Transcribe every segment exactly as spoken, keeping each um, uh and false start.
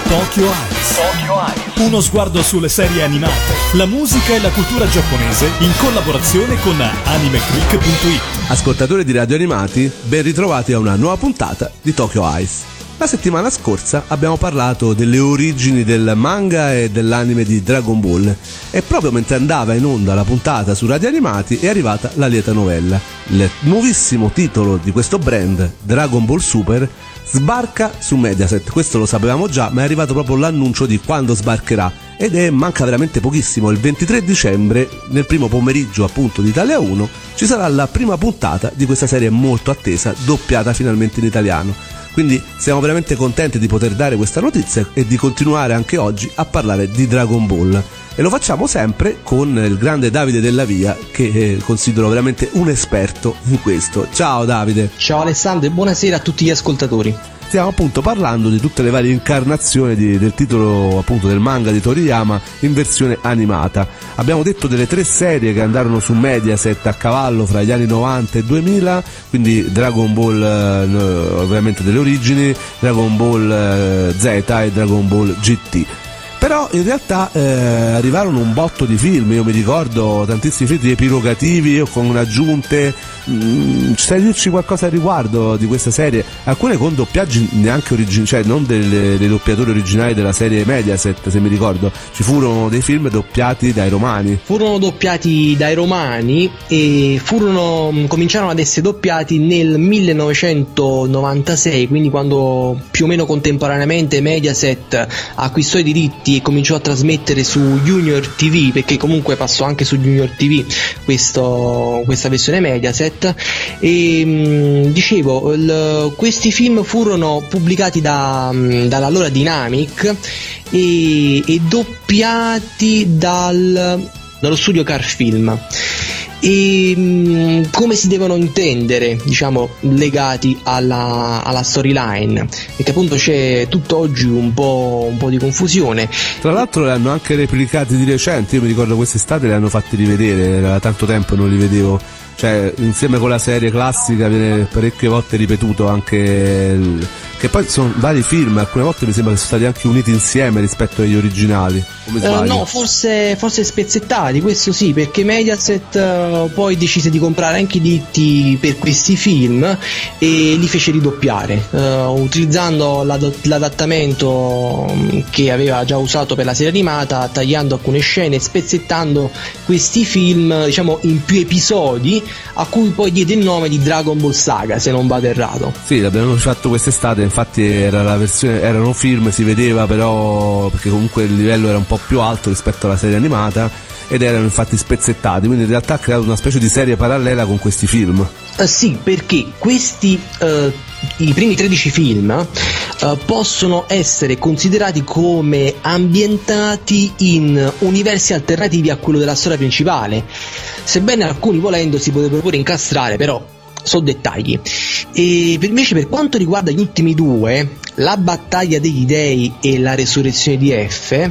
Tokyo Eyes. Tokyo Eyes. Uno sguardo sulle serie animate, la musica e la cultura giapponese in collaborazione con animeclick punto it. Ascoltatori di Radio Animati, ben ritrovati a una nuova puntata di Tokyo Eyes. La settimana scorsa abbiamo parlato delle origini del manga e dell'anime di Dragon Ball e proprio mentre andava in onda la puntata su Radio Animati è arrivata la lieta novella. Il nuovissimo titolo di questo brand, Dragon Ball Super, sbarca su Mediaset. Questo lo sapevamo già, ma è arrivato proprio l'annuncio di quando sbarcherà ed è manca veramente pochissimo. Il ventitré dicembre, nel primo pomeriggio appunto di Italia uno, ci sarà la prima puntata di questa serie molto attesa, doppiata finalmente in italiano. Quindi siamo veramente contenti di poter dare questa notizia e di continuare anche oggi a parlare di Dragon Ball. E lo facciamo sempre con il grande Davide Della Via, che eh, considero veramente un esperto in questo. Ciao Davide. Ciao Alessandro e buonasera a tutti gli ascoltatori. Stiamo appunto parlando di tutte le varie incarnazioni di, del titolo appunto del manga di Toriyama in versione animata. Abbiamo detto delle tre serie che andarono su Mediaset a cavallo fra gli anni novanta e duemila, quindi Dragon Ball eh, ovviamente delle origini, Dragon Ball eh, Z e Dragon Ball G T. Però in realtà eh, arrivarono un botto di film, io mi ricordo tantissimi film riepilogativi con aggiunte. Mm, sai dirci qualcosa al riguardo di questa serie? Alcune con doppiaggi neanche originali, cioè non delle, dei doppiatori originali della serie Mediaset, se mi ricordo. Ci furono dei film doppiati dai romani. Furono doppiati dai romani e furono cominciarono ad essere doppiati nel millenovecentonovantasei, quindi quando più o meno contemporaneamente Mediaset acquistò i diritti e cominciò a trasmettere su Junior T V, perché comunque passò anche su Junior T V questo, questa versione Mediaset. E mh, dicevo, il, questi film furono pubblicati da, mh, dalla allora Dynamic e, e doppiati dal, dallo studio Car Film. E mh, come si devono intendere, diciamo, legati alla, alla storyline, perché appunto c'è tutt'oggi un po', un po' di confusione. Tra l'altro li hanno anche replicati di recente, io mi ricordo quest'estate li hanno fatti rivedere, era tanto tempo che non li vedevo, cioè insieme con la serie classica viene parecchie volte ripetuto anche il, che poi sono vari film, alcune volte mi sembra che sono stati anche uniti insieme rispetto agli originali. Come uh, no, forse, forse spezzettati, questo sì, perché Mediaset uh, poi decise di comprare anche i diritti per questi film e li fece ridoppiare, uh, utilizzando l'ad- l'adattamento che aveva già usato per la serie animata, tagliando alcune scene, spezzettando questi film, diciamo, in più episodi, a cui poi diede il nome di Dragon Ball Saga, se non vado errato. Sì, l'abbiamo fatto quest'estate, infatti era la versione, erano film, si vedeva però, perché comunque il livello era un po' più alto rispetto alla serie animata ed erano infatti spezzettati, quindi in realtà ha creato una specie di serie parallela con questi film. Uh, sì, perché questi uh, i primi tredici film uh, possono essere considerati come ambientati in universi alternativi a quello della storia principale, sebbene alcuni volendo si potrebbero pure incastrare, però sono dettagli. E per invece per quanto riguarda gli ultimi due, la battaglia degli dei e la resurrezione di F,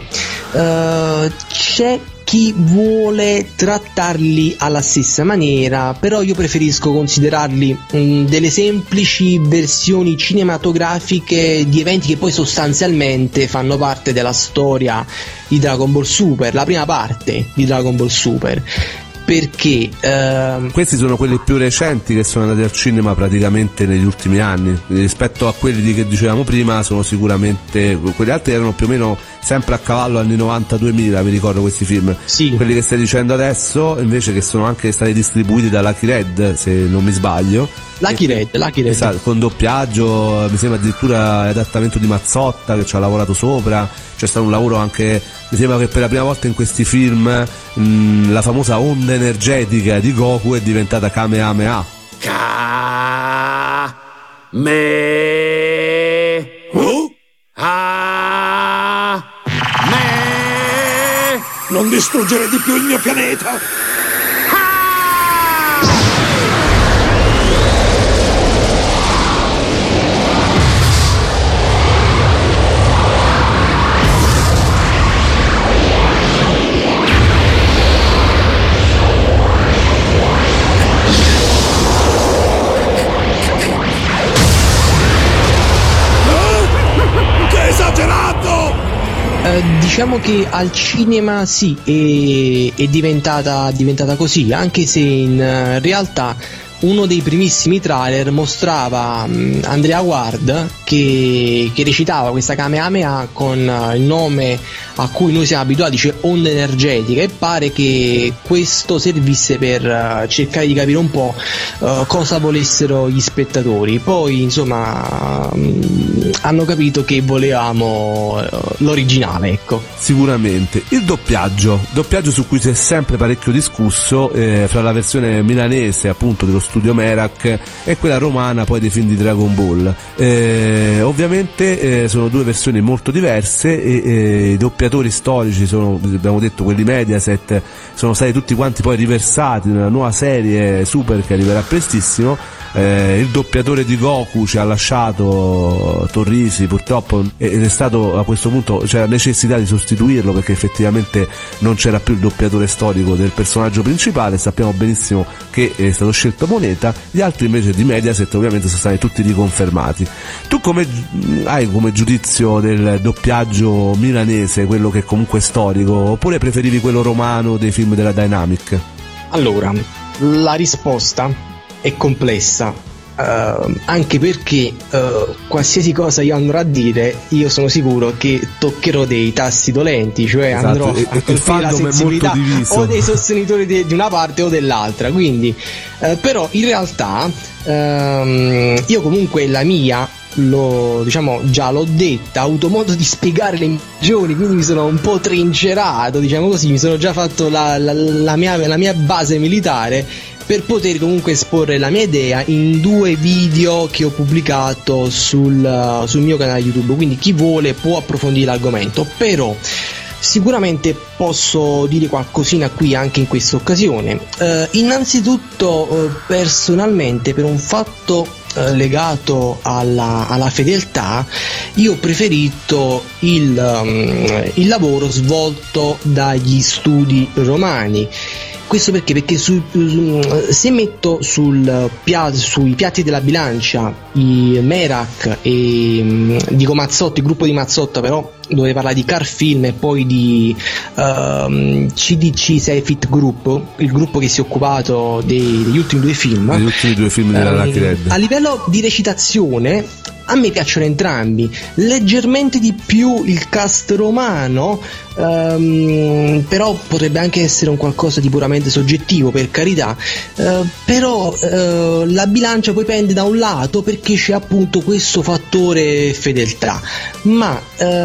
uh, c'è chi vuole trattarli alla stessa maniera, però io preferisco considerarli mh, delle semplici versioni cinematografiche di eventi che poi sostanzialmente fanno parte della storia di Dragon Ball Super, la prima parte di Dragon Ball Super. Perché ehm... questi sono quelli più recenti che sono andati al cinema praticamente negli ultimi anni, rispetto a quelli di che dicevamo prima sono sicuramente, quelli altri erano più o meno sempre a cavallo anni novanta duemila, mi ricordo questi film. Sì. Quelli che stai dicendo adesso invece che sono anche stati distribuiti da Lucky Red, se non mi sbaglio. Lucky Red, Lucky Red. Esatto, con doppiaggio, mi sembra addirittura adattamento di Mazzotta che ci ha lavorato sopra, c'è stato un lavoro anche, mi sembra che per la prima volta in questi film mh, la famosa onda energetica di Goku è diventata Kamehameha. Ka me uh? a me non distruggere di più il mio pianeta. Che esagerato! Uh, diciamo che al cinema sì, è, è diventata, diventata così, anche se in uh, realtà uno dei primissimi trailer mostrava um, Andrea Ward che, che recitava questa Kamehameha con uh, il nome a cui noi siamo abituati, cioè onda energetica, e pare che questo servisse per uh, cercare di capire un po' uh, cosa volessero gli spettatori. Poi insomma um, hanno capito che volevamo uh, l'originale, ecco. Sicuramente. Il doppiaggio, doppiaggio su cui si è sempre parecchio discusso eh, fra la versione milanese appunto dello studio Merak e quella romana poi dei film di Dragon Ball. Eh, ovviamente eh, sono due versioni molto diverse e eh, i doppiatori storici sono, abbiamo detto, quelli Mediaset, sono stati tutti quanti poi riversati nella nuova serie Super che arriverà prestissimo. Eh, il doppiatore di Goku ci ha lasciato, Torrisi, purtroppo, ed è stato, a questo punto c'è la necessità di sostituirlo perché effettivamente non c'era più il doppiatore storico del personaggio principale. Sappiamo benissimo che è stato scelto Moneta, gli altri invece di Mediaset ovviamente sono stati tutti riconfermati. Tu come hai come giudizio del doppiaggio milanese, quello che comunque è storico, oppure preferivi quello romano dei film della Dynamic? Allora, la risposta è complessa, uh, anche perché uh, qualsiasi cosa io andrò a dire, io sono sicuro che toccherò dei tasti dolenti, cioè esatto, andrò a colpire la sensibilità o dei sostenitori di, di una parte o dell'altra, quindi uh, però in realtà uh, io comunque la mia Lo, diciamo, già l'ho detta, ho avuto modo di spiegare le ragioni, quindi mi sono un po' trincerato, diciamo così, mi sono già fatto la, la, la, mia, la mia base militare per poter comunque esporre la mia idea in due video che ho pubblicato sul, sul mio canale YouTube, quindi chi vuole può approfondire l'argomento. Però sicuramente posso dire qualcosina qui anche in questa occasione. Eh, innanzitutto eh, personalmente, per un fatto eh, legato alla, alla fedeltà, io ho preferito il, um, il lavoro svolto dagli studi romani. Questo perché? Perché su, se metto sul piatto, sui piatti della bilancia i Merak e um, dico Mazzotta, il gruppo di Mazzotta, però dove parla di Car Film e poi di um, C D C Seyfit Group, il gruppo che si è occupato dei, degli ultimi due film, gli ultimi due film della Lucky Red. A livello di recitazione a me piacciono entrambi, leggermente di più il cast romano, um, però potrebbe anche essere un qualcosa di puramente soggettivo, per carità, uh, però uh, la bilancia poi pende da un lato perché c'è appunto questo fattore fedeltà, ma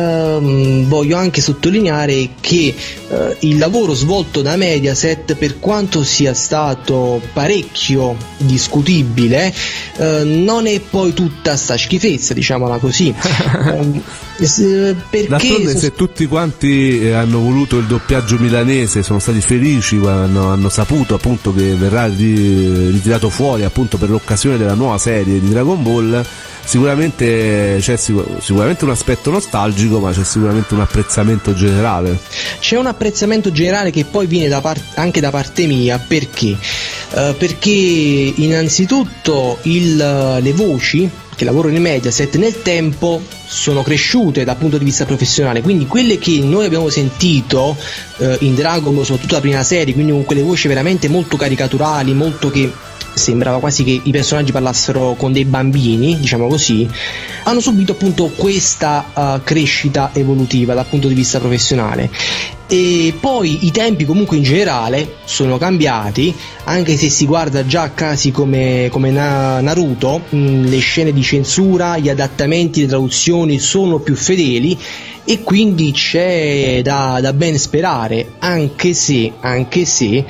uh, voglio anche sottolineare che uh, il lavoro svolto da Mediaset, per quanto sia stato parecchio discutibile, uh, non è poi tutta sta schifezza, diciamola così. um, perché D'altronde, se tutti quanti hanno voluto il doppiaggio milanese, sono stati felici quando hanno, hanno saputo appunto che verrà ritirato fuori appunto per l'occasione della nuova serie di Dragon Ball, sicuramente c'è sicur- sicuramente un aspetto nostalgico, ma c'è sicuramente un apprezzamento generale. C'è un apprezzamento generale che poi viene da par- anche da parte mia, perché? Uh, perché innanzitutto il, le voci che lavorano in Mediaset nel tempo sono cresciute dal punto di vista professionale, quindi quelle che noi abbiamo sentito uh, in Dragon Ball, soprattutto la prima serie, quindi con quelle voci veramente molto caricaturali, molto che sembrava quasi che i personaggi parlassero con dei bambini, diciamo così, hanno subito appunto questa uh, crescita evolutiva dal punto di vista professionale. E poi i tempi comunque in generale sono cambiati, anche se si guarda già a casi come, come na- Naruto, mh, le scene di censura, gli adattamenti, le traduzioni sono più fedeli, e quindi c'è da, da ben sperare, anche se, anche se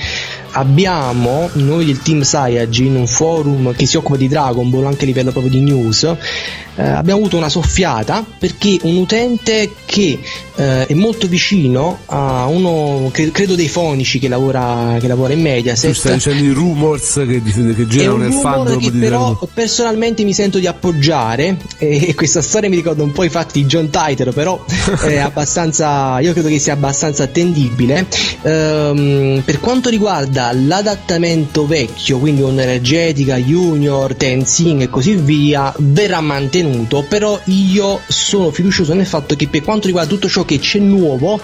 abbiamo noi del team Saiyajin, un forum che si occupa di Dragon Ball anche a livello proprio di news, eh, abbiamo avuto una soffiata perché un utente che eh, è molto vicino a uno, cre- credo dei fonici che lavora, che lavora in Mediaset. Tu stai dicendo i rumors che, che girano nel fandom che di però Dragon Ball. Personalmente mi sento di appoggiare, e questa storia mi ricorda un po' i fatti di John Titor, però è abbastanza, io credo che sia abbastanza attendibile. Ehm, per quanto riguarda l'adattamento vecchio, quindi Onda Energetica, Junior, Tenzin e così via, verrà mantenuto contenuto, però io sono fiducioso nel fatto che per quanto riguarda tutto ciò che c'è nuovo,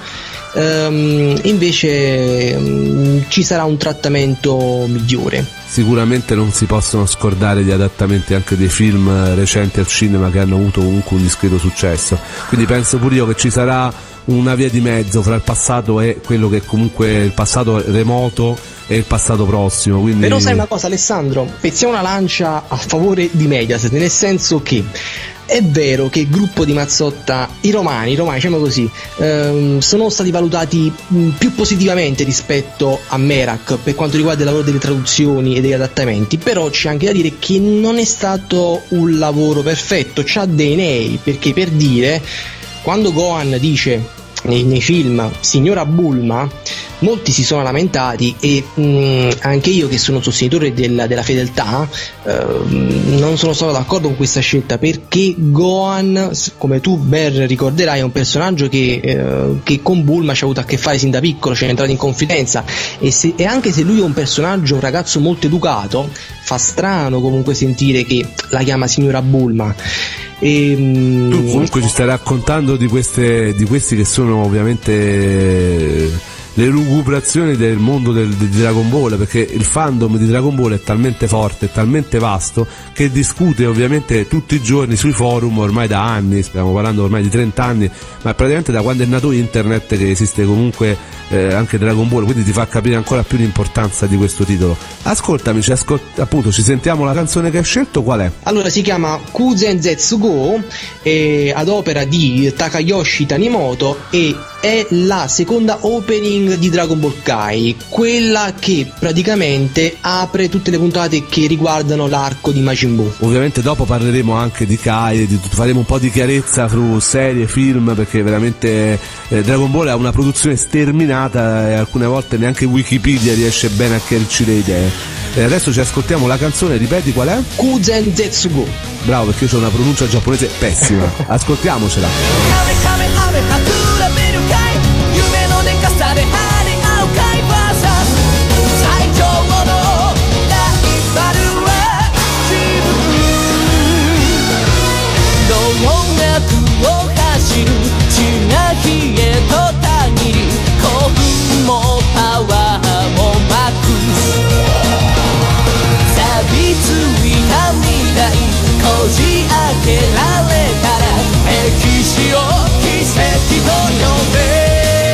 ehm, invece ehm, ci sarà un trattamento migliore. Sicuramente non si possono scordare gli adattamenti anche dei film recenti al cinema che hanno avuto comunque un discreto successo, quindi penso pure io che ci sarà una via di mezzo fra il passato e quello che comunque il passato remoto e il passato prossimo. Quindi... Però sai una cosa, Alessandro, pezziamo una lancia a favore di Mediaset, nel senso che è vero che il gruppo di Mazzotta, i romani, i romani diciamo così, ehm, sono stati valutati mh, più positivamente rispetto a Merak per quanto riguarda il lavoro delle traduzioni e degli adattamenti, però c'è anche da dire che non è stato un lavoro perfetto, c'ha dei nei, perché per dire, quando Gohan dice nei, nei film signora Bulma, molti si sono lamentati e mh, anche io che sono sostenitore del, della fedeltà eh, non sono stato d'accordo con questa scelta, perché Gohan, come tu ben ricorderai, è un personaggio che, eh, che con Bulma ci ha avuto a che fare sin da piccolo, ci è entrato in confidenza e, se, e anche se lui è un personaggio, un ragazzo molto educato, fa strano comunque sentire che la chiama signora Bulma. E, tu comunque ci stai raccontando di queste di questi che sono ovviamente le lucubrazioni del mondo del, di Dragon Ball, perché il fandom di Dragon Ball è talmente forte, è talmente vasto che discute ovviamente tutti i giorni sui forum ormai da anni, stiamo parlando ormai di trenta anni, ma praticamente da quando è nato internet che esiste comunque eh, anche Dragon Ball, quindi ti fa capire ancora più l'importanza di questo titolo. Ascoltami, ci ascolt- appunto ci sentiamo la canzone che hai scelto, qual è? Allora si chiama Kuzen Zetsu Go, eh, ad opera di Takayoshi Tanimoto, e è la seconda opening di Dragon Ball Kai, quella che praticamente apre tutte le puntate che riguardano l'arco di Majin Buu. Ovviamente dopo parleremo anche di Kai, di, faremo un po' di chiarezza su serie, film, perché veramente eh, Dragon Ball è una produzione sterminata e alcune volte neanche Wikipedia riesce bene a chiarirci le idee. E adesso ci ascoltiamo la canzone, ripeti qual è? Kuzen Zetsu Go. Bravo, perché io ho una pronuncia giapponese pessima. Ascoltiamocela. 夢のでかさで張り合うカイバーサス最強のライバルは自分動脈を走る血が冷えとたぎり興奮もパワーもマックス錆びついた未来こじ開けられたら歴史を奇跡と呼べ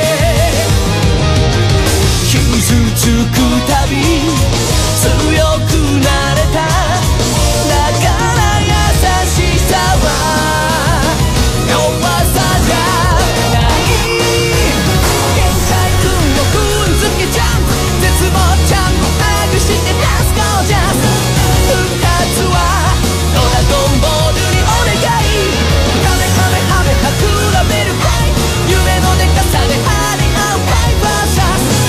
傷つくたび強くなれただから優しさは弱さじゃない限界君を踏んづけちゃう絶望ちゃんとハグして助こうじゃ復活はドラゴンボールにお願いカメカメハメハ比べるかい夢のでかさで張り合うかいバーサス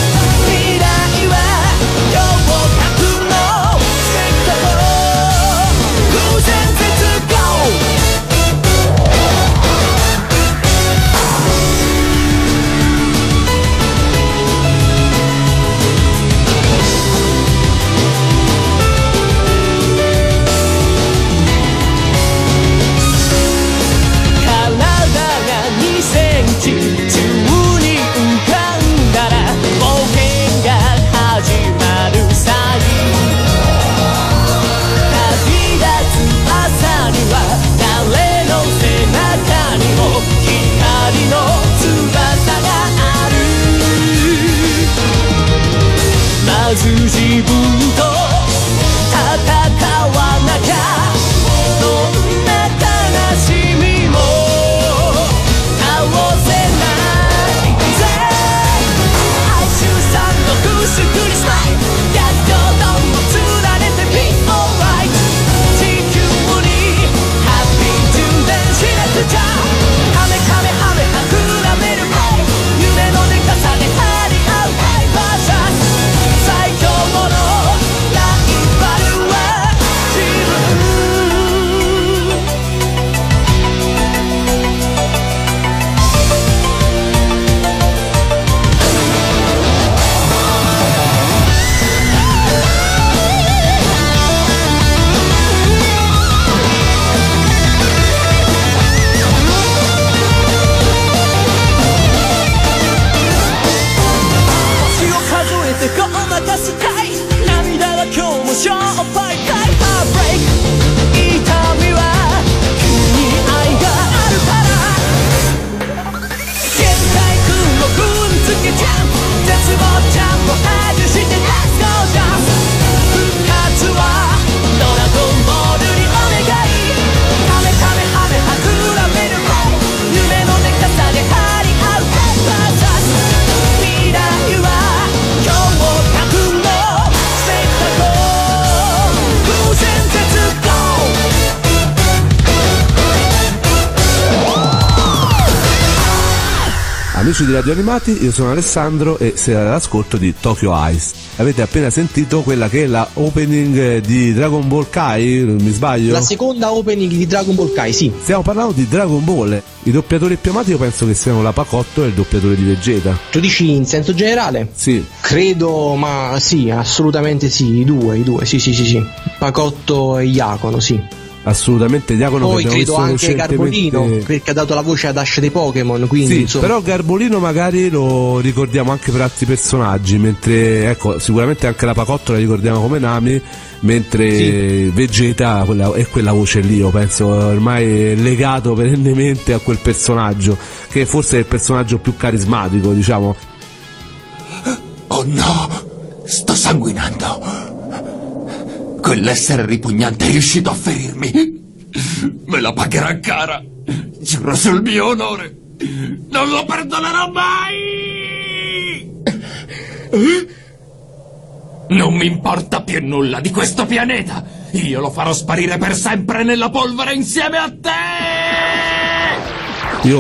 まず自分と戦わなきゃどんな悲しみも倒せないぜ哀愁さんのクスクリスマイ逆境どんどん連ねてピンオーライト地球にハッピー充電しなくちゃカメカメハメハ比べるかい夢のでかさで張り合うかいバーサス最強の Amici di Radio Animati, io sono Alessandro e siete all'ascolto di Tokyo Eyes. Avete appena sentito quella che è la opening di Dragon Ball Kai, non mi sbaglio? La seconda opening di Dragon Ball Kai, sì. Stiamo parlando di Dragon Ball. I doppiatori più amati io penso che siano la Pacotto e il doppiatore di Vegeta. Tu dici in senso generale? Sì. Credo, ma sì, assolutamente sì, i due, i due, sì sì sì sì. Pacotto e Iacono, sì. Assolutamente, Diacono. Poi credo anche recentemente... Garbolino, perché ha dato la voce ad Ash dei Pokémon, quindi sì, insomma. però Garbolino magari lo ricordiamo anche per altri personaggi, mentre ecco, sicuramente anche la Pacotto la ricordiamo come Nami, mentre sì. Vegeta quella, è quella voce lì, io penso ormai è legato perennemente a quel personaggio, che forse è il personaggio più carismatico, diciamo. Oh no, sto sanguinando. Quell'essere ripugnante è riuscito a ferirmi. Me la pagherà cara. Giuro sul mio onore. Non lo perdonerò mai. Non mi importa più nulla di questo pianeta. Io lo farò sparire per sempre nella polvere insieme a te. Io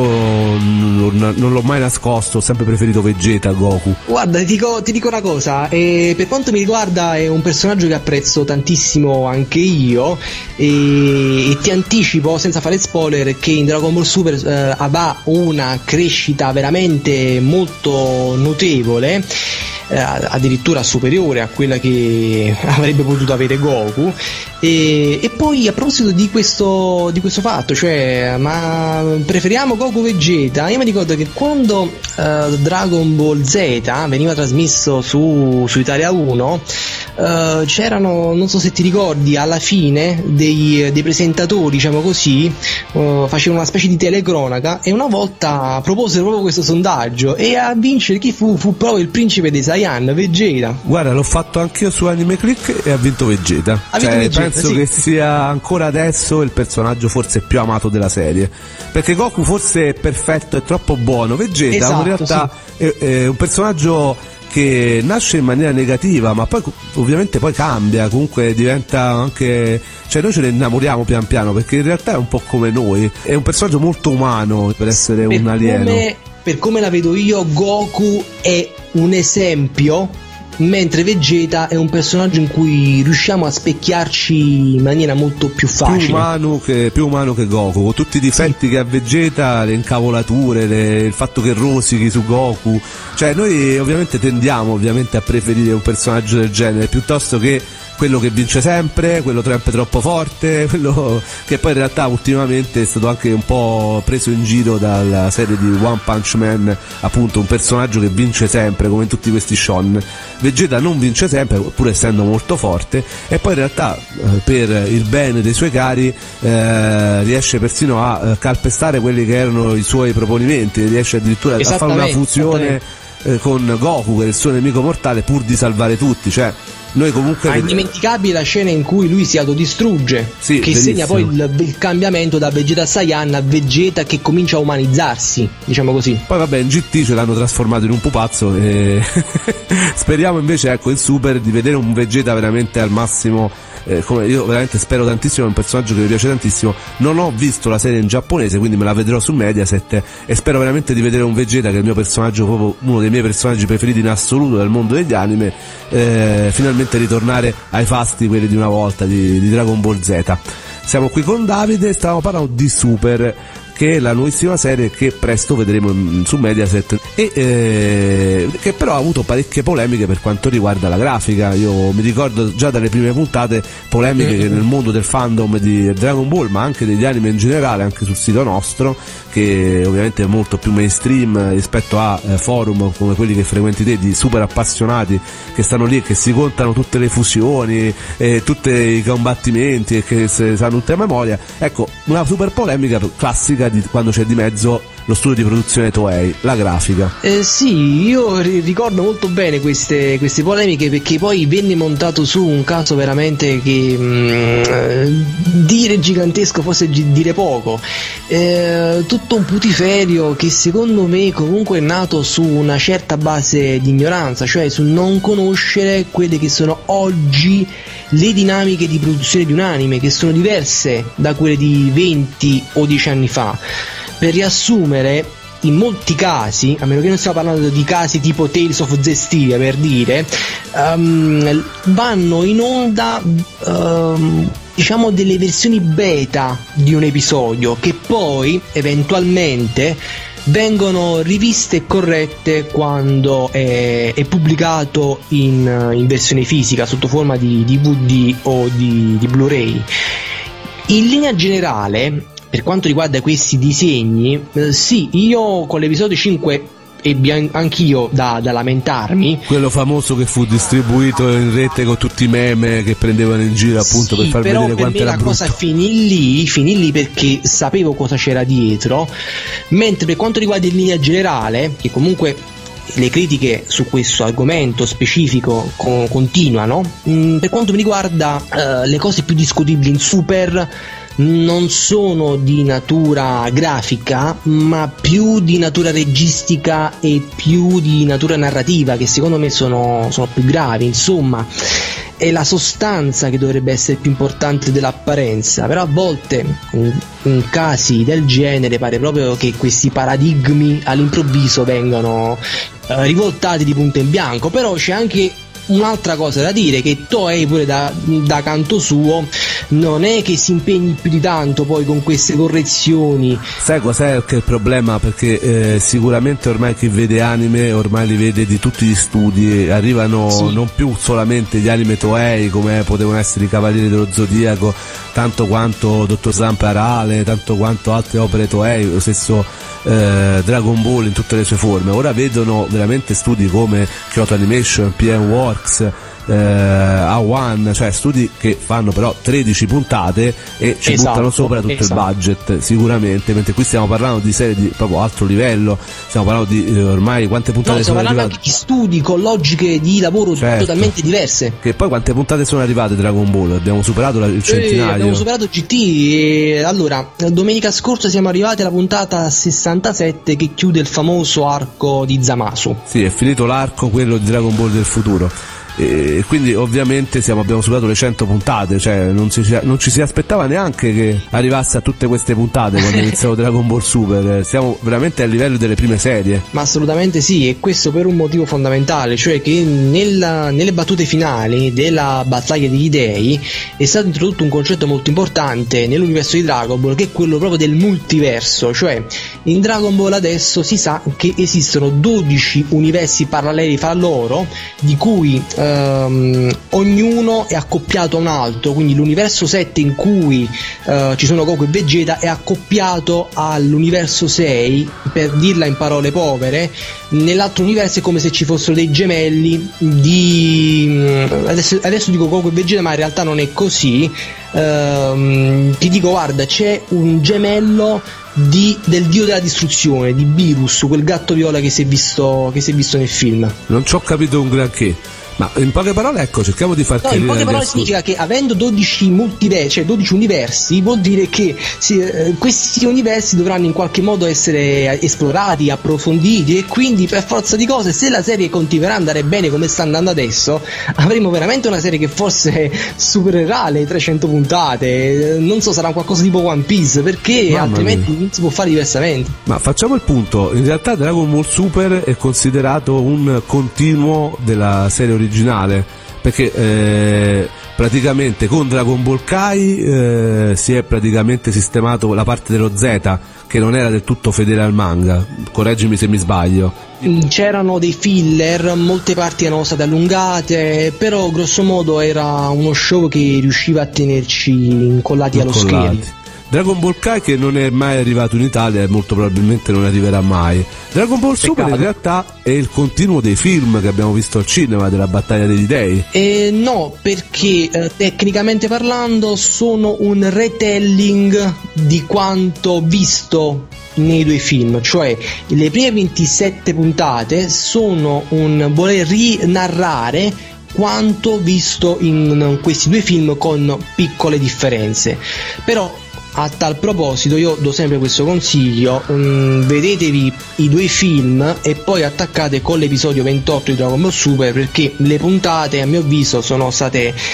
non, non l'ho mai nascosto, ho sempre preferito Vegeta a Goku. Guarda, ti dico, ti dico una cosa, eh, per quanto mi riguarda è un personaggio che apprezzo tantissimo anche io, e, e ti anticipo senza fare spoiler che in Dragon Ball Super eh, avrà una crescita veramente molto notevole, eh, addirittura superiore a quella che avrebbe potuto avere Goku. E, e poi a proposito di questo, di questo fatto, cioè, ma preferiamo Goku Vegeta? Io mi ricordo che quando uh, Dragon Ball Z veniva trasmesso su, su Italia uno, uh, c'erano, non so se ti ricordi, alla fine dei, dei presentatori, diciamo così, uh, facevano una specie di telecronaca e una volta proposero proprio questo sondaggio e a vincere chi fu? Fu proprio il principe dei Saiyan, Vegeta. Guarda, l'ho fatto anch'io su Anime Click e ha vinto Vegeta. Ha cioè, vinto Vegeta, penso sì. che sia ancora adesso il personaggio forse più amato della serie, perché Goku forse è perfetto, è troppo buono. Vegeta esatto, in realtà sì. è, è un personaggio che nasce in maniera negativa, ma poi ovviamente poi cambia, comunque diventa anche, cioè noi ce ne innamoriamo pian piano, perché in realtà è un po' come noi, è un personaggio molto umano per essere per un alieno. Come, per come la vedo io, Goku è un esempio, mentre Vegeta è un personaggio in cui riusciamo a specchiarci in maniera molto più facile, più umano che, più umano che Goku, con tutti i difetti sì. che ha Vegeta, le incavolature, le, il fatto che rosichi su Goku, cioè noi ovviamente tendiamo ovviamente a preferire un personaggio del genere piuttosto che quello che vince sempre, quello sempre troppo forte, quello che poi in realtà ultimamente è stato anche un po' preso in giro dalla serie di One Punch Man, appunto un personaggio che vince sempre come in tutti questi shonen. Vegeta non vince sempre pur essendo molto forte, e poi in realtà eh, per il bene dei suoi cari eh, riesce persino a eh, calpestare quelli che erano i suoi proponimenti, riesce addirittura a fare una fusione eh, con Goku, che è il suo nemico mortale, pur di salvare tutti. Cioè noi comunque ah, è indimenticabile la scena in cui lui si autodistrugge, sì, che benissimo. segna poi il, il cambiamento da Vegeta Saiyan a Vegeta che comincia a umanizzarsi, diciamo così. Poi vabbè, in G T ce l'hanno trasformato in un pupazzo e speriamo invece, ecco, in Super di vedere un Vegeta veramente al massimo. Eh, come io veramente spero tantissimo, è un personaggio che mi piace tantissimo. Non ho visto la serie in giapponese, quindi me la vedrò su Mediaset, e spero veramente di vedere un Vegeta, che è il mio personaggio, proprio uno dei miei personaggi preferiti in assoluto del mondo degli anime, eh, finalmente ritornare ai fasti quelli di una volta di, di Dragon Ball Z. Siamo qui con Davide, stavamo parlando di Super, che è la nuovissima serie che presto vedremo su Mediaset, e eh, che però ha avuto parecchie polemiche per quanto riguarda la grafica. Io mi ricordo già dalle prime puntate polemiche che nel mondo del fandom di Dragon Ball, ma anche degli anime in generale, anche sul sito nostro, che ovviamente è molto più mainstream rispetto a eh, forum come quelli che frequenti te, di super appassionati che stanno lì e che si contano tutte le fusioni e tutti i combattimenti e che se sanno tutte a memoria. Ecco, una super polemica classica di quando c'è di mezzo lo studio di produzione Toei, la grafica. Eh sì, io ri- ricordo molto bene queste, queste polemiche, perché poi venne montato su un caso veramente che mh, dire gigantesco fosse gi- dire poco, eh, tutto un putiferio che secondo me comunque è nato su una certa base di ignoranza, cioè su non conoscere quelle che sono oggi le dinamiche di produzione di un anime, che sono diverse da quelle di venti o dieci anni fa. Per riassumere, in molti casi, a meno che non stiamo parlando di casi tipo Tales of Zestiria per dire, um, vanno in onda um, diciamo delle versioni beta di un episodio che poi eventualmente vengono riviste e corrette quando è, è pubblicato in, in versione fisica sotto forma di D V D o di, di Blu-ray. In linea generale, per quanto riguarda questi disegni, eh, sì, io con l'episodio cinque ebbi anch'io da, da lamentarmi. Quello famoso che fu distribuito in rete con tutti i meme che prendevano in giro appunto sì, per far vedere quanto era brutto. La cosa finì lì, finì lì perché sapevo cosa c'era dietro, mentre per quanto riguarda in linea generale, che comunque le critiche su questo argomento specifico co- continuano, mh, per quanto mi riguarda uh, le cose più discutibili in Super non sono di natura grafica, ma più di natura registica e più di natura narrativa, che secondo me sono, sono più gravi. Insomma, è la sostanza che dovrebbe essere più importante dell'apparenza, però a volte in, in casi del genere pare proprio che questi paradigmi all'improvviso vengano eh, rivoltati di punto in bianco. Però c'è anche un'altra cosa da dire, che Toei pure da, da canto suo non è che si impegni più di tanto poi con queste correzioni. Sai cos'è che è il problema? Perché eh, sicuramente ormai chi vede anime ormai li vede di tutti gli studi, arrivano sì. non più solamente gli anime Toei come potevano essere i Cavalieri dello Zodiaco, tanto quanto Dottor Slump Arale, tanto quanto altre opere Toei, lo stesso eh, Dragon Ball in tutte le sue forme. Ora vedono veramente studi come Kyoto Animation, P M Works, eh, A uno, cioè studi che fanno però tredici puntate e ci esatto, buttano sopra tutto esatto. il budget sicuramente, mentre qui stiamo parlando di serie di proprio alto livello, stiamo parlando di eh, ormai quante puntate no, sono arrivate, anche di studi con logiche di lavoro certo. totalmente diverse, che poi quante puntate sono arrivate Dragon Ball? Abbiamo superato la, il centinaio, eh, abbiamo superato G T e allora domenica scorsa siamo arrivati alla puntata sessantasette che chiude il famoso arco di Zamasu. Sì, è finito l'arco quello di Dragon Ball del futuro. E quindi ovviamente siamo, abbiamo superato le cento puntate, cioè non, si, non ci si aspettava neanche che arrivasse a tutte queste puntate quando iniziavo Dragon Ball Super. Siamo veramente a livello delle prime serie. Ma assolutamente sì, e questo per un motivo fondamentale, cioè che nella, nelle battute finali della battaglia degli dei è stato introdotto un concetto molto importante nell'universo di Dragon Ball, che è quello proprio del multiverso. Cioè in Dragon Ball adesso si sa che esistono dodici universi paralleli fra loro, di cui Um, ognuno è accoppiato a un altro, quindi l'universo sette in cui uh, ci sono Goku e Vegeta è accoppiato all'universo sei, per dirla in parole povere. Nell'altro universo è come se ci fossero dei gemelli di adesso, adesso dico Goku e Vegeta, ma in realtà non è così. Uh, ti dico, guarda, c'è un gemello Di, del dio della distruzione, di Beerus, quel gatto viola che si è visto, che si è visto nel film. Non ci ho capito un granché. Ma in poche parole, ecco, cerchiamo di far no, chiarire. In poche parole significa che avendo dodici multiversi, cioè dodici universi, vuol dire che si, eh, questi universi dovranno in qualche modo essere esplorati, approfonditi, e quindi per forza di cose, se la serie continuerà ad andare bene come sta andando adesso, avremo veramente una serie che forse supererà le trecento puntate. Non so, sarà qualcosa tipo One Piece, perché Mamma altrimenti mia. non si può fare diversamente. Ma facciamo il punto. In realtà Dragon Ball Super è considerato un continuo della serie originale, perché eh, praticamente con Dragon Ball Kai eh, si è praticamente sistemato la parte dello Z, che non era del tutto fedele al manga, correggimi se mi sbaglio. C'erano dei filler, molte parti erano state allungate, però grosso modo era uno show che riusciva a tenerci incollati, incollati. allo schermo. Dragon Ball Kai che non è mai arrivato in Italia e molto probabilmente non arriverà mai. Dragon Ball Peccato. Super in realtà è il continuo dei film che abbiamo visto al cinema della battaglia degli dei. Eh, no, perché eh, tecnicamente parlando sono un retelling di quanto visto nei due film, cioè le prime ventisette puntate sono un voler rinarrare quanto visto in questi due film con piccole differenze. Però a tal proposito io do sempre questo consiglio, um, vedetevi i due film e poi attaccate con l'episodio ventotto di Dragon Ball Super, perché le puntate a mio avviso sono state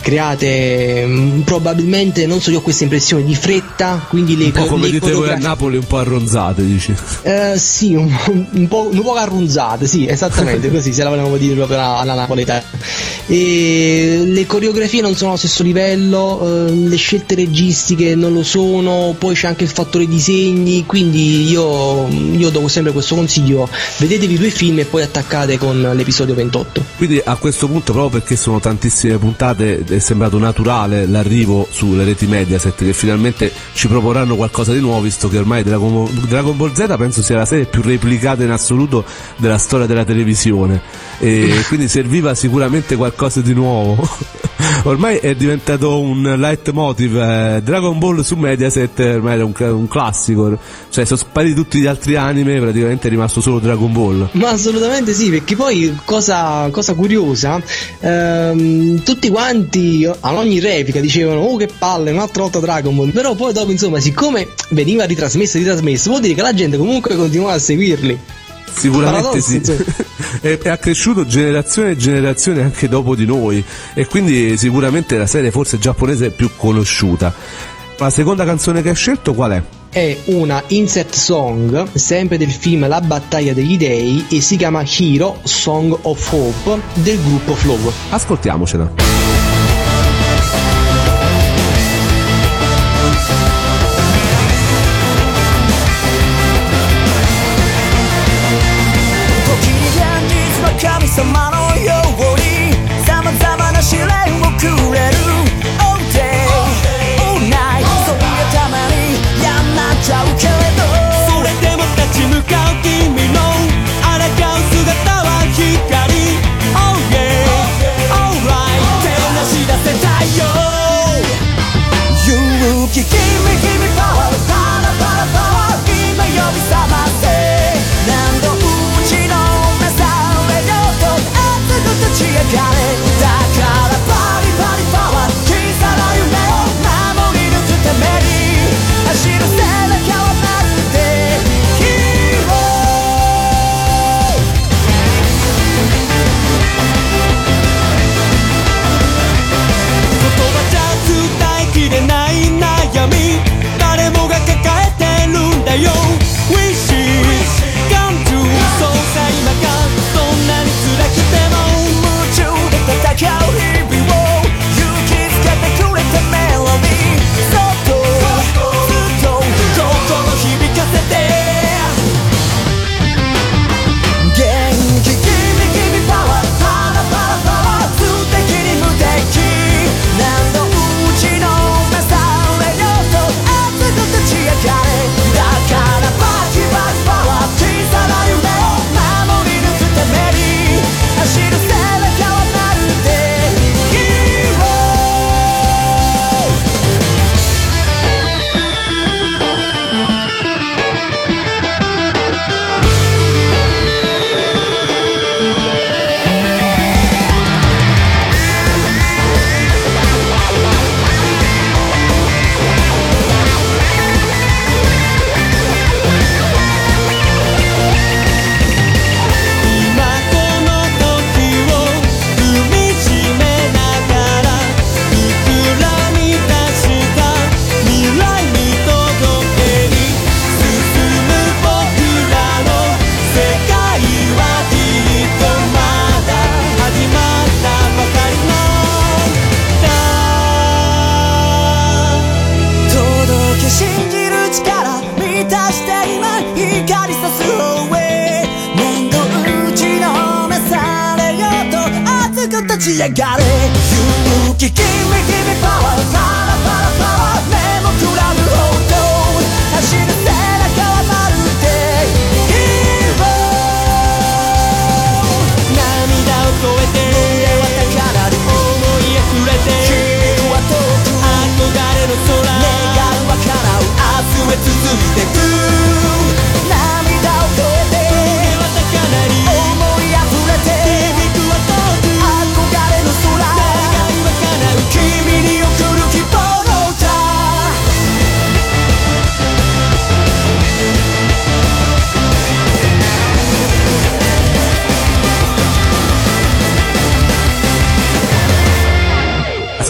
create mh, probabilmente, non so, io ho questa impressione di fretta, quindi le, un po' come le dite voi a coreografie- Napoli, un po' arronzate, dici. Eh, sì, un, un po', un po' arrunzate, sì, esattamente così, se la volevamo dire proprio alla, alla napoletana. E le coreografie non sono allo stesso livello, eh, le scelte registiche non lo sono, poi c'è anche il fattore disegni, quindi io, io do sempre questo consiglio: vedetevi due film e poi attaccate con l'episodio ventotto. Quindi a questo punto, proprio perché sono tantissime puntate, è sembrato naturale l'arrivo sulle reti Mediaset, che finalmente ci proporranno qualcosa di nuovo, visto che ormai Dragon, Dragon Ball Z penso sia la serie più replicata in assoluto della storia della televisione, e quindi serviva sicuramente qualcosa di nuovo. Ormai è diventato un leitmotiv, eh, Dragon Ball su Mediaset ormai è un, un classico, cioè sono spariti tutti gli altri anime, praticamente è rimasto solo Dragon Ball. Ma assolutamente sì, perché poi cosa, cosa curiosa, ehm, tutti quanti ad ogni replica dicevano oh che palle, un'altra volta Dragon Ball, però poi dopo insomma, siccome veniva ritrasmesso e ritrasmesso, vuol dire che la gente comunque continuava a seguirli. Sicuramente Paradosso, sì, insomma. è, è accresciuto generazione e generazione anche dopo di noi, e quindi sicuramente la serie forse giapponese è più conosciuta. La seconda canzone che hai scelto qual è? È una insert song, sempre del film La battaglia degli dei, e si chiama Hero Song of Hope del gruppo Flow. Ascoltiamocela. 神様のように様々な試練をくれる All day, all night そういやたまにやんなっちゃうけれどそれでも立ち向かう君の抗う姿は光 Oh yeah, alright 手なし出せたいよ勇気 Give me, give me power パラパラパワー今呼び覚ませ何度打ちのめさ立ち上がれだからパリパリパワー小さな夢を守り抜くために走る背中はまるでヒーロー言葉じゃ伝えきれない悩み誰もが抱えてるんだよ Wish come true そうさ今がそんなに辛くても戦う日々を勇気づけてくれたメロディーそっとずっと心響かせて元気 Give me, give me power パラパラパワー素敵に無敵何度打ちのめされようと熱く立ち上がれだからバキバキパワー小さな夢を守り抜くために走る背中は立ち上がれ勇気 Give me, give me power パラパラパワー目もくらむほど走る背中はまるでヒーロー涙を越えて胸は高鳴る想い溢れて君は遠く憧れの空願うは叶う明日へ続いてく涙を越えて胸は高鳴り想い溢れて響くは遠く君に送る希望の歌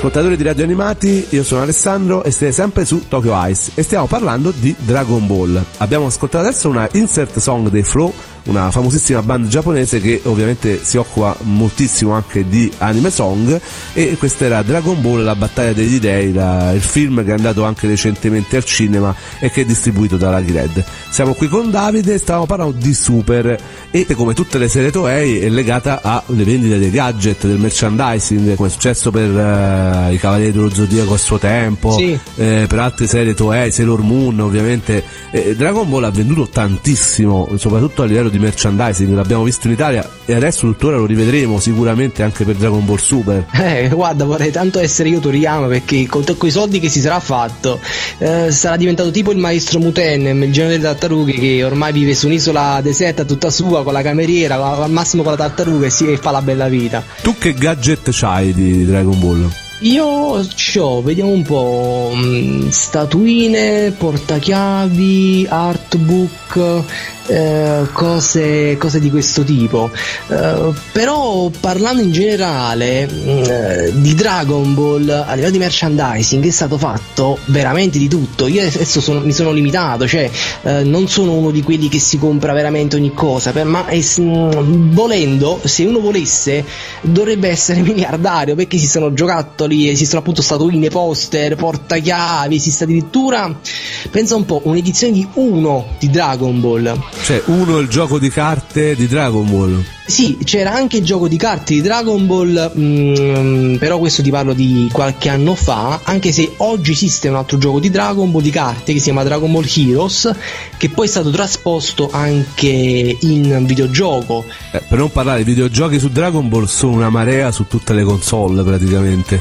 Ascoltatori di Radio Animati, io sono Alessandro e siete sempre su Tokyo Ice e stiamo parlando di Dragon Ball. Abbiamo ascoltato adesso una insert song dei Flow, una famosissima band giapponese che ovviamente si occupa moltissimo anche di anime song, e questa era Dragon Ball, la battaglia degli dei, la, il film che è andato anche recentemente al cinema e che è distribuito dalla Red. Siamo qui con Davide, stavamo parlando di Super e come tutte le serie Toei è legata alle vendite dei gadget, del merchandising, come è successo per uh, i Cavalieri dello Zodiaco a suo tempo, sì. eh, per altre serie Toei, Sailor Moon ovviamente. eh, Dragon Ball ha venduto tantissimo, soprattutto a livello di merchandising, l'abbiamo visto in Italia e adesso tuttora lo rivedremo sicuramente anche per Dragon Ball Super. Eh, guarda, vorrei tanto essere io Toriyama, perché con quei soldi che si sarà fatto eh, sarà diventato tipo il maestro Muten, il genio delle tartarughe, che ormai vive su un'isola deserta tutta sua con la cameriera, al massimo con la tartaruga, e si e fa la bella vita. Tu che gadget c'hai di Dragon Ball? Io c'ho, vediamo un po', mh, statuine, portachiavi, artbook, eh, cose, cose di questo tipo. Eh, però parlando in generale mh, di Dragon Ball, a livello di merchandising è stato fatto veramente di tutto. Io adesso sono, mi sono limitato, cioè eh, non sono uno di quelli che si compra veramente ogni cosa, per, ma è, mh, volendo, se uno volesse, dovrebbe essere miliardario, perché si sono giocattoli, esistono appunto statuine, poster, portachiavi, esiste addirittura, pensa un po', un'edizione di uno di Dragon Ball. Cioè uno il gioco di carte di Dragon Ball. Sì, c'era anche il gioco di carte di Dragon Ball, mh, però questo ti parlo di qualche anno fa, anche se oggi esiste un altro gioco di Dragon Ball di carte che si chiama Dragon Ball Heroes, che poi è stato trasposto anche in videogioco. Eh, per non parlare, i videogiochi su Dragon Ball sono una marea su tutte le console praticamente.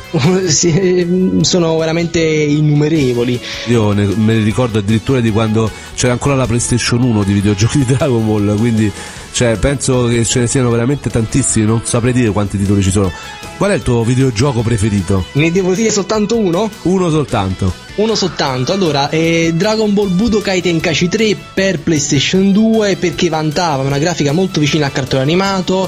Sì, sono veramente innumerevoli. Io ne, me ne ricordo addirittura di quando c'era ancora la PlayStation uno di videogiochi di Dragon Ball, quindi cioè penso che ce ne siano veramente tantissimi, non saprei dire quanti titoli ci sono. Qual è il tuo videogioco preferito? Ne devo dire soltanto uno? Uno soltanto. Uno soltanto. Allora, eh, Dragon Ball Budokai Tenkaichi tre per PlayStation due, perché vantava una grafica molto vicina al cartone animato,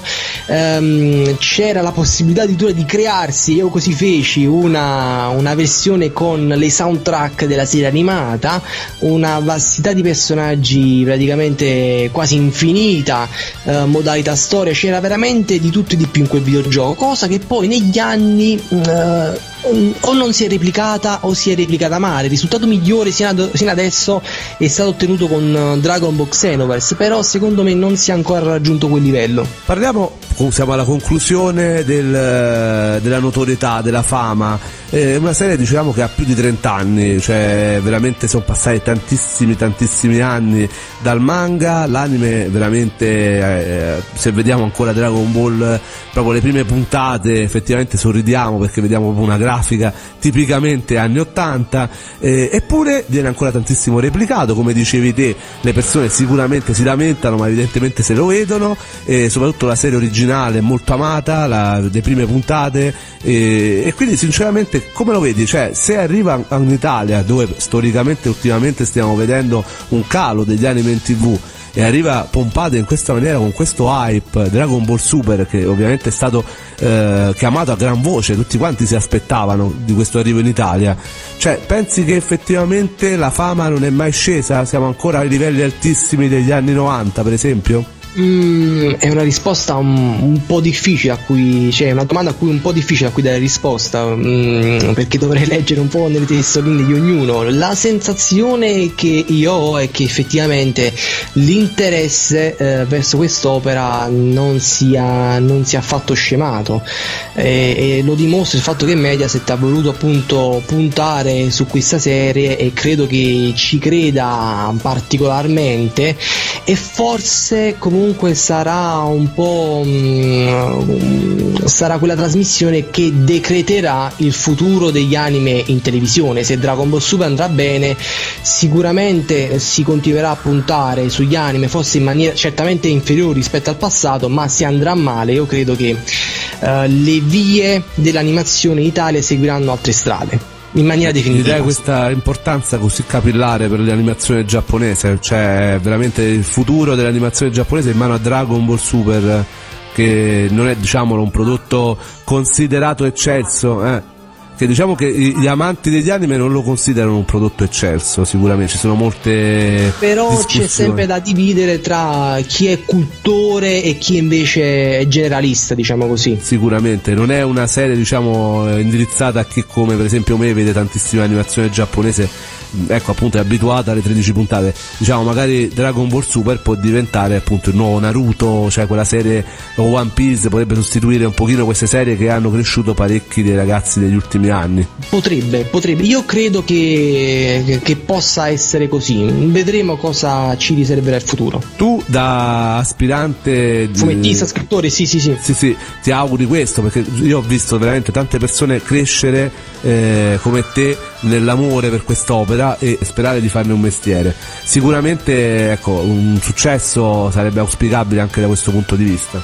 ehm, c'era la possibilità addirittura di crearsi, io così feci, una, una versione con le soundtrack della serie animata, una vastità di personaggi praticamente quasi infinita, eh, modalità storia, c'era veramente di tutto e di più in quel videogioco, cosa che poi negli anni eh, o non si è replicata o si è replicata male. Il risultato migliore sino adesso è stato ottenuto con Dragon Ball Xenoverse, però secondo me non si è ancora raggiunto quel livello. Parliamo, siamo alla conclusione del, della notorietà, della fama. È una serie, diciamo, che ha più di trenta anni, cioè veramente sono passati tantissimi tantissimi anni dal manga. L'anime veramente, eh, se vediamo ancora Dragon Ball, proprio le prime puntate, effettivamente sorridiamo perché vediamo proprio una grafica tipicamente anni ottanta, eh, eppure viene ancora tantissimo replicato, come dicevi te. Le persone sicuramente si lamentano, ma evidentemente se lo vedono, e soprattutto la serie originale è molto amata, la, le prime puntate, e, e quindi sinceramente come lo vedi? Cioè, se arriva in Italia, dove storicamente ultimamente stiamo vedendo un calo degli anime in tv, e arriva pompata in questa maniera, con questo hype, Dragon Ball Super, che ovviamente è stato eh, chiamato a gran voce, tutti quanti si aspettavano di questo arrivo in Italia, cioè pensi che effettivamente la fama non è mai scesa? Siamo ancora ai livelli altissimi degli anni novanta, per esempio? Mm, è una risposta un, un po' difficile a cui, cioè una domanda a cui un po' difficile a cui dare risposta, mm, perché dovrei leggere un po' nelle testoline di ognuno. La sensazione che io ho è che effettivamente l'interesse eh, verso quest'opera non sia, non sia affatto scemato, e, e lo dimostra il fatto che Mediaset ha voluto appunto puntare su questa serie, e credo che ci creda particolarmente, e forse comunque comunque sarà un po' mh, sarà quella trasmissione che decreterà il futuro degli anime in televisione. Se Dragon Ball Super andrà bene, sicuramente si continuerà a puntare sugli anime, forse in maniera certamente inferiore rispetto al passato, ma se andrà male io credo che uh, le vie dell'animazione in Italia seguiranno altre strade in maniera definitiva. Direi questa importanza così capillare per l'animazione giapponese, cioè veramente il futuro dell'animazione giapponese in mano a Dragon Ball Super, che non è, diciamolo, un prodotto considerato eccelso, eh. che diciamo che gli amanti degli anime non lo considerano un prodotto eccelso, sicuramente ci sono molte però discussioni. C'è sempre da dividere tra chi è cultore e chi invece è generalista, diciamo così. Sicuramente non è una serie, diciamo, indirizzata a chi, come per esempio me, vede tantissima animazione giapponese, ecco, appunto è abituata alle tredici puntate. Diciamo, magari Dragon Ball Super può diventare appunto il nuovo Naruto, cioè quella serie, o One Piece potrebbe sostituire un pochino queste serie che hanno cresciuto parecchi dei ragazzi degli ultimi anni. Potrebbe, potrebbe. Io credo che, che possa essere così. Vedremo cosa ci riserverà il futuro. Tu, da aspirante fumettista, scrittore, sì, sì, sì. Sì, sì, ti auguri questo, perché io ho visto veramente tante persone crescere eh, come te nell'amore per quest'opera e sperare di farne un mestiere. Sicuramente, ecco, un successo sarebbe auspicabile anche da questo punto di vista.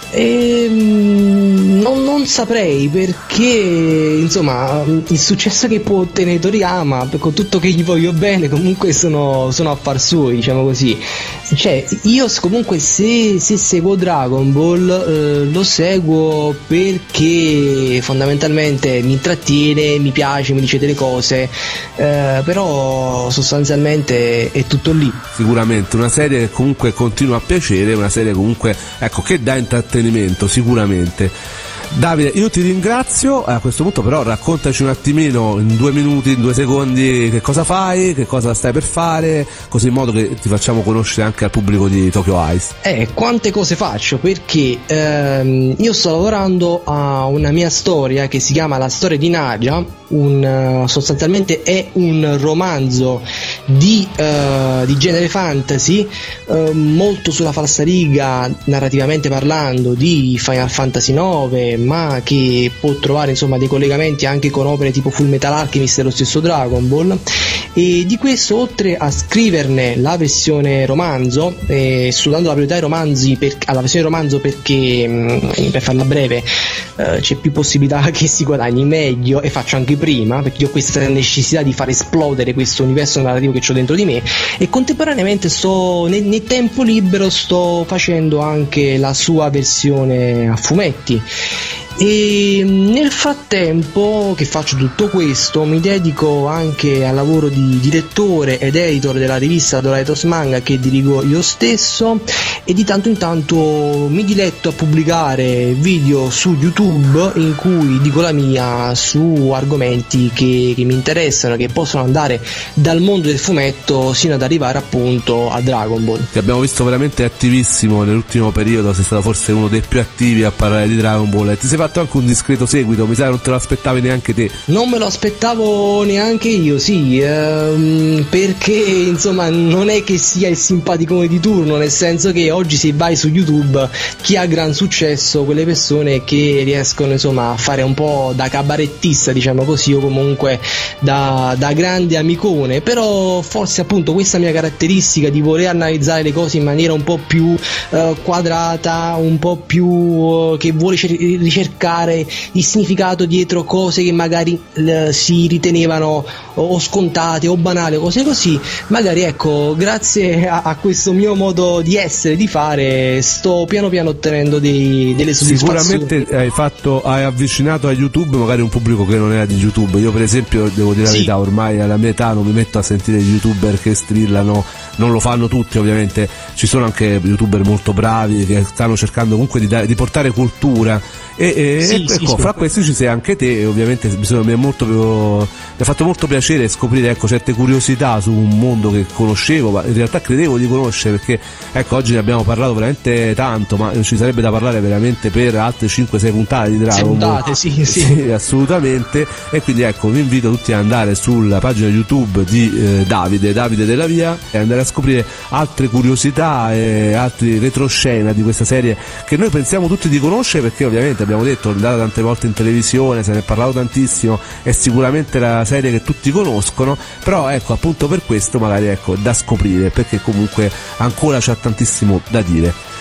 Ehm, non, non saprei, perché insomma il successo che può ottenere Toriyama, con tutto che gli voglio bene, comunque sono, sono affar suoi, diciamo così. Cioè, io comunque se, se seguo Dragon Ball eh, lo seguo perché fondamentalmente mi intrattiene, mi piace, mi dice delle cose, eh, però sostanzialmente è tutto lì. Sicuramente una serie che comunque continua a piacere, una serie comunque, ecco, che dà intrattenimento sicuramente. Davide, io ti ringrazio. A questo punto però raccontaci un attimino, in due minuti, in due secondi, che cosa fai, che cosa stai per fare, così in modo che ti facciamo conoscere anche al pubblico di Tokyo Eyes. Eh, quante cose faccio, perché ehm, io sto lavorando a una mia storia che si chiama La storia di Nadia, un, uh, sostanzialmente è un romanzo di, uh, di genere fantasy, uh, molto sulla falsariga, narrativamente parlando, di Final Fantasy nove, ma che può trovare insomma dei collegamenti anche con opere tipo Full Metal Alchemist e lo stesso Dragon Ball. E di questo, oltre a scriverne la versione romanzo, eh, sto dando la priorità ai romanzi per, alla versione romanzo perché mh, per farla breve eh, c'è più possibilità che si guadagni meglio, e faccio anche prima perché ho questa necessità di far esplodere questo universo narrativo che ho dentro di me, e contemporaneamente sto nel, nel tempo libero sto facendo anche la sua versione a fumetti. E nel frattempo che faccio tutto questo mi dedico anche al lavoro di direttore ed editor della rivista Doraetos Manga, che dirigo io stesso, e di tanto in tanto mi diletto a pubblicare video su YouTube in cui dico la mia su argomenti che, che mi interessano, che possono andare dal mondo del fumetto sino ad arrivare appunto a Dragon Ball, che abbiamo visto veramente attivissimo nell'ultimo periodo. Sei stato forse uno dei più attivi a parlare di Dragon Ball e ti sei fatto anche un discreto seguito, mi sa che non te lo aspettavi neanche te. Non me lo aspettavo neanche io, sì, ehm, perché insomma non è che sia il simpaticone di turno, nel senso che oggi se vai su YouTube chi ha gran successo, quelle persone che riescono insomma a fare un po' da cabarettista, diciamo così, o comunque da, da grande amicone. Però forse appunto questa mia caratteristica di voler analizzare le cose in maniera un po' più eh, quadrata, un po' più eh, che vuole cer- ricercare il significato dietro cose che magari eh, si ritenevano o scontate o banali o cose così, magari ecco, grazie a, a questo mio modo di essere, di fare, sto piano piano ottenendo dei, delle soddisfazioni. Sicuramente hai fatto, hai avvicinato a YouTube magari un pubblico che non era di YouTube. Io per esempio devo dire la sì. verità, ormai alla mia età non mi metto a sentire gli YouTuber che strillano, non lo fanno tutti ovviamente, ci sono anche YouTuber molto bravi che stanno cercando comunque di, dare, di portare cultura e, e sì, ecco, sì, sì. fra questi ci sei anche te, e ovviamente bisogna, mi, è molto, mi ha fatto molto piacere scoprire, ecco, certe curiosità su un mondo che conoscevo, ma in realtà credevo di conoscere, perché ecco, oggi ne abbiamo parlato veramente tanto, ma ci sarebbe da parlare veramente per altre cinque sei puntate di Dragon Ball. Puntate, sì, sì. Sì, assolutamente. E quindi ecco, vi invito tutti ad andare sulla pagina YouTube di eh, Davide, Davide della Via, e andare a scoprire altre curiosità e altri retroscena di questa serie che noi pensiamo tutti di conoscere, perché ovviamente abbiamo detto, è andata tante volte in televisione, se ne è parlato tantissimo, è sicuramente la serie che tutti conoscono, però ecco, appunto per questo magari ecco da scoprire, perché comunque ancora c'ha tantissimo da dire.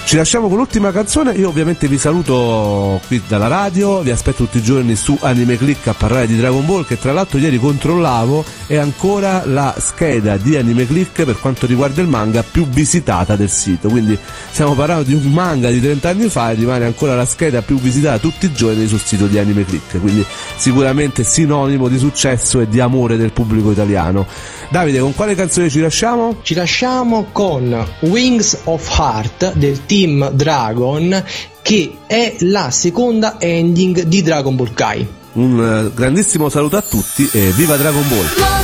Ci lasciamo con l'ultima canzone. Io ovviamente vi saluto qui dalla radio, vi aspetto tutti i giorni su Anime Click a parlare di Dragon Ball, che tra l'altro ieri controllavo è ancora la scheda di Anime Click per quanto riguarda il manga più visitata del sito, quindi stiamo parlando di un manga di trenta anni fa e rimane ancora la scheda più visitata tutti i giorni sul sito di Anime Click, quindi sicuramente sinonimo di successo e di amore del pubblico italiano. Davide, con quale canzone ci lasciamo? Ci lasciamo con Wings of Heart del Team Dragon, che è la seconda ending di Dragon Ball Kai. Un grandissimo saluto a tutti e viva Dragon Ball!